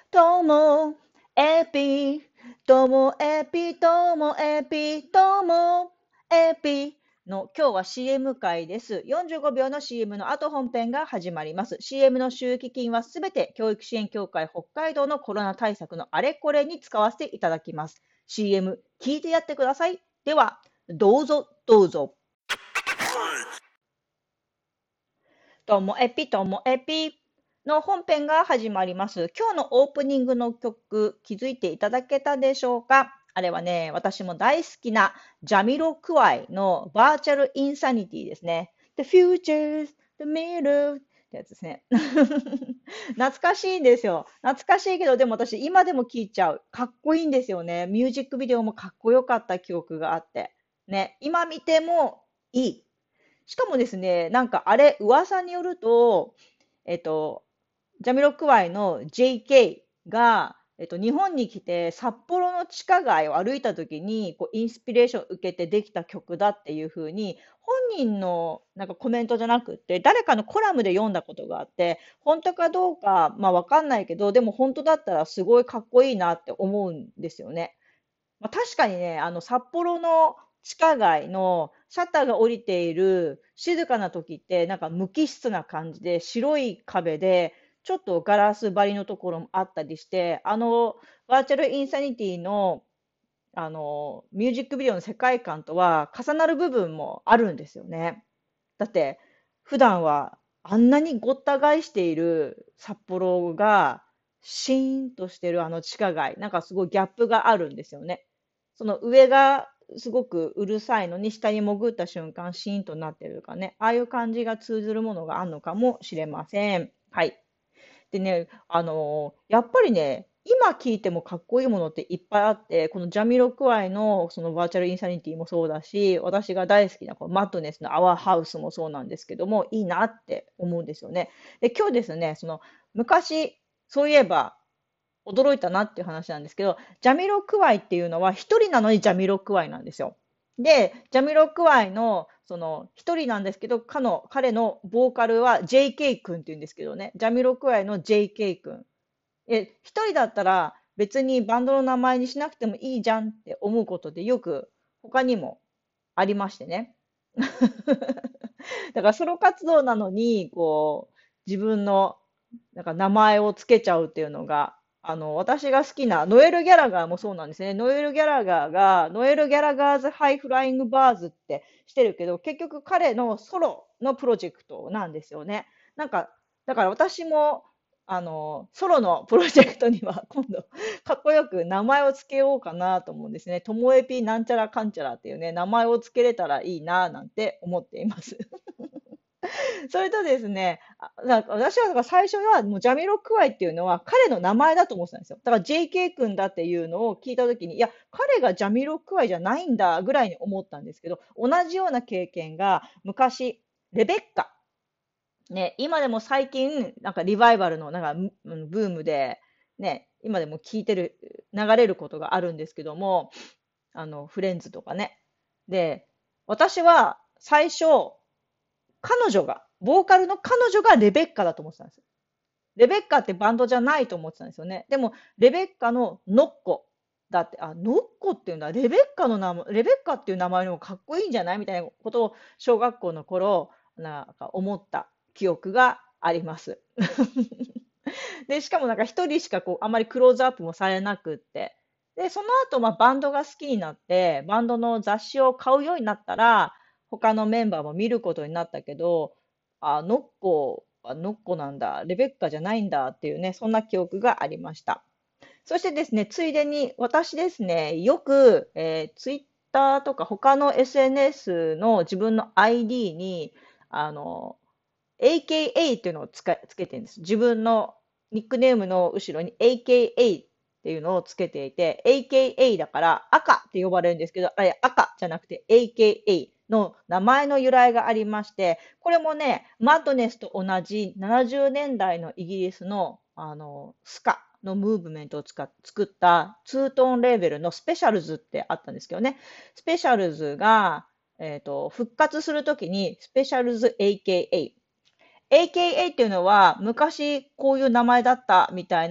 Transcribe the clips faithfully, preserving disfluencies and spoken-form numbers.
ともエピ、ともエピ、ともエピ、ともエピの今日は シーエム 回です。よんじゅうごびょうの シーエム の後本編が始まります。シーエム の収益金はすべて教育支援協会北海道のコロナ対策のあれこれに使わせていただきます。シーエム 聞いてやってください。では、どうぞどうぞ。ともエピともエピの本編が始まります。今日のオープニングの曲、気づいていただけたでしょうか？あれはね、私も大好きなジャミロクワイのバーチャルインサニティですね。The future's the mirror ってやつですね。懐かしいんですよ。懐かしいけど、でも私今でも聴いちゃう。かっこいいんですよね。ミュージックビデオもかっこよかった記憶があって。ね、今見てもいい。しかもですね、なんかあれ、噂によると、えっと、ジャミロクワイの ジェーケー が、えっと、日本に来て札幌の地下街を歩いた時にこうインスピレーションを受けてできた曲だっていう風に本人のなんかコメントじゃなくって誰かのコラムで読んだことがあって本当かどうかまあわかんないけどでも本当だったらすごいかっこいいなって思うんですよね。まあ、確かにね、あの札幌の地下街のシャッターが降りている静かな時って、なんか無機質な感じで、白い壁で、ちょっとガラス張りのところもあったりして、あの、バーチャルインサニティの、あの、ミュージックビデオの世界観とは重なる部分もあるんですよね。だって、普段はあんなにごった返している札幌が、シーンとしてるあの地下街、なんかすごいギャップがあるんですよね。その上がすごくうるさいのに、下に潜った瞬間、シーンとなってるとかね、ああいう感じが通ずるものがあるのかもしれません。はい。でね、あのーやっぱりね、今聞いてもかっこいいものっていっぱいあって、このジャミロクワイのそのバーチャルインサニティもそうだし、私が大好きなこのマッドネスのアワーハウスもそうなんですけども、いいなって思うんですよね。で、今日ですね、その昔、そういえば驚いたなっていう話なんですけど、ジャミロクワイっていうのは一人なのにジャミロクワイなんですよ。で、ジャミロクワイのその一人なんですけど、彼の彼のボーカルは ジェイケー 君っていうんですけどね、ジャミロクワイの ジェイケー 君。え、一人だったら別にバンドの名前にしなくてもいいじゃんって思うことでよく他にもありましてね。だからソロ活動なのに、こう、自分のなんか名前をつけちゃうっていうのが、あの、私が好きなノエル・ギャラガーもそうなんですね。ノエル・ギャラガーが、ノエル・ギャラガーズ・ハイ・フライング・バーズってしてるけど、結局彼のソロのプロジェクトなんですよね。なんか、だから私も、あの、ソロのプロジェクトには今度、かっこよく名前をつけようかなと思うんですね。ともえぴなんちゃらかんちゃらっていうね、名前をつけれたらいいななんて思っています。それとですね、あなんか私はだから最初はもうジャミロクワイっていうのは彼の名前だと思ってたんですよ。だから ジェイケー 君だっていうのを聞いたときに、いや、彼がジャミロクワイじゃないんだぐらいに思ったんですけど、同じような経験が昔、レベッカ、ね、今でも最近、なんかリバイバルのなんかムうんブームで、ね、今でも聞いてる、流れることがあるんですけども、あの、フレンズとかね。で、私は最初、彼女が、ボーカルの彼女がレベッカだと思ってたんですよ。レベッカってバンドじゃないと思ってたんですよね。でも、レベッカのノッコだって、あ、ノッコっていうんだ、レベッカの名前、レベッカっていう名前の方がかっこいいんじゃないみたいなことを小学校の頃、なんか思った記憶があります。で、しかもなんか一人しかこう、あんまりクローズアップもされなくって。で、その後、まあ、バンドが好きになって、バンドの雑誌を買うようになったら、他のメンバーも見ることになったけど、あ、ノッコはノッコなんだ、レベッカじゃないんだっていうね、そんな記憶がありました。そしてですね、ついでに私ですね、よく、えー、ツイッターとか他の エスエヌエス の自分の アイディー に、あの、エーケーエー っていうのをつかつけてるんです。自分のニックネームの後ろに エーケーエー っていうのをつけていて、エーケーエー だから赤って呼ばれるんですけど、あれ赤じゃなくて エーケーエー の名前の由来がありまして、これもね、マッドネスと同じななじゅうねんだいのイギリスの、あの、スカのムーブメントを使っ作ったツートーンレーベルのスペシャルズってあったんですけどね、スペシャルズが、えっと、復活するときに、スペシャルズ エーケーエー、エーケーエー っていうのは昔こういう名前だったみたいな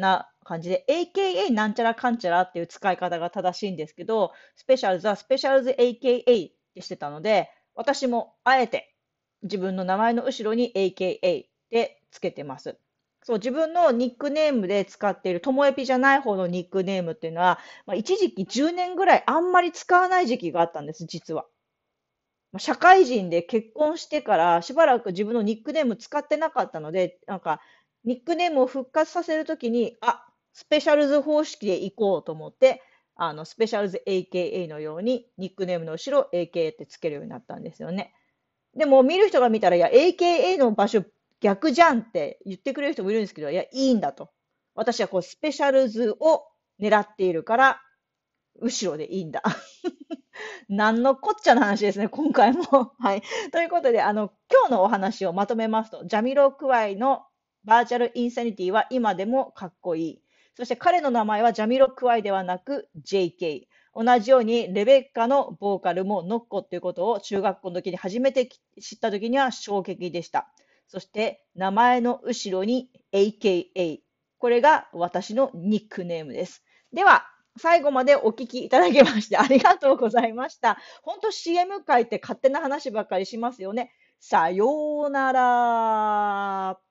感じで、エーケーエー なんちゃらかんちゃらっていう使い方が正しいんですけど、スペシャルズはスペシャルズ エーケーエー ってしてたので、私もあえて自分の名前の後ろに エーケーエー でつけてます。そう、自分のニックネームで使っている、ともえぴじゃない方のニックネームっていうのは、まあ、一時期じゅうねんぐらいあんまり使わない時期があったんです、実は。まあ社会人で結婚してからしばらく自分のニックネーム使ってなかったので、なんか、ニックネームを復活させるときに、あ、スペシャルズ方式で行こうと思って、あの、スペシャルズ エーケーエー のように、ニックネームの後ろ エーケーエー ってつけるようになったんですよね。でも、見る人が見たら、いや、エーケーエー の場所逆じゃんって言ってくれる人もいるんですけど、いや、いいんだと。私はこう、スペシャルズを狙っているから、後ろでいいんだ。何のこっちゃの話ですね、今回も。はい。ということで、あの、今日のお話をまとめますと、ジャミロクワイのバーチャルインサニティは今でもかっこいい。そして彼の名前はジャミロクワイではなく ジェイケー。同じようにレベッカのボーカルもノッコっていうことを中学校の時に初めて知った時には衝撃でした。そして名前の後ろに エーケーエー。これが私のニックネームです。では、最後までお聞きいただきましてありがとうございました。本当 シーエム 界って勝手な話ばっかりしますよね。さようなら。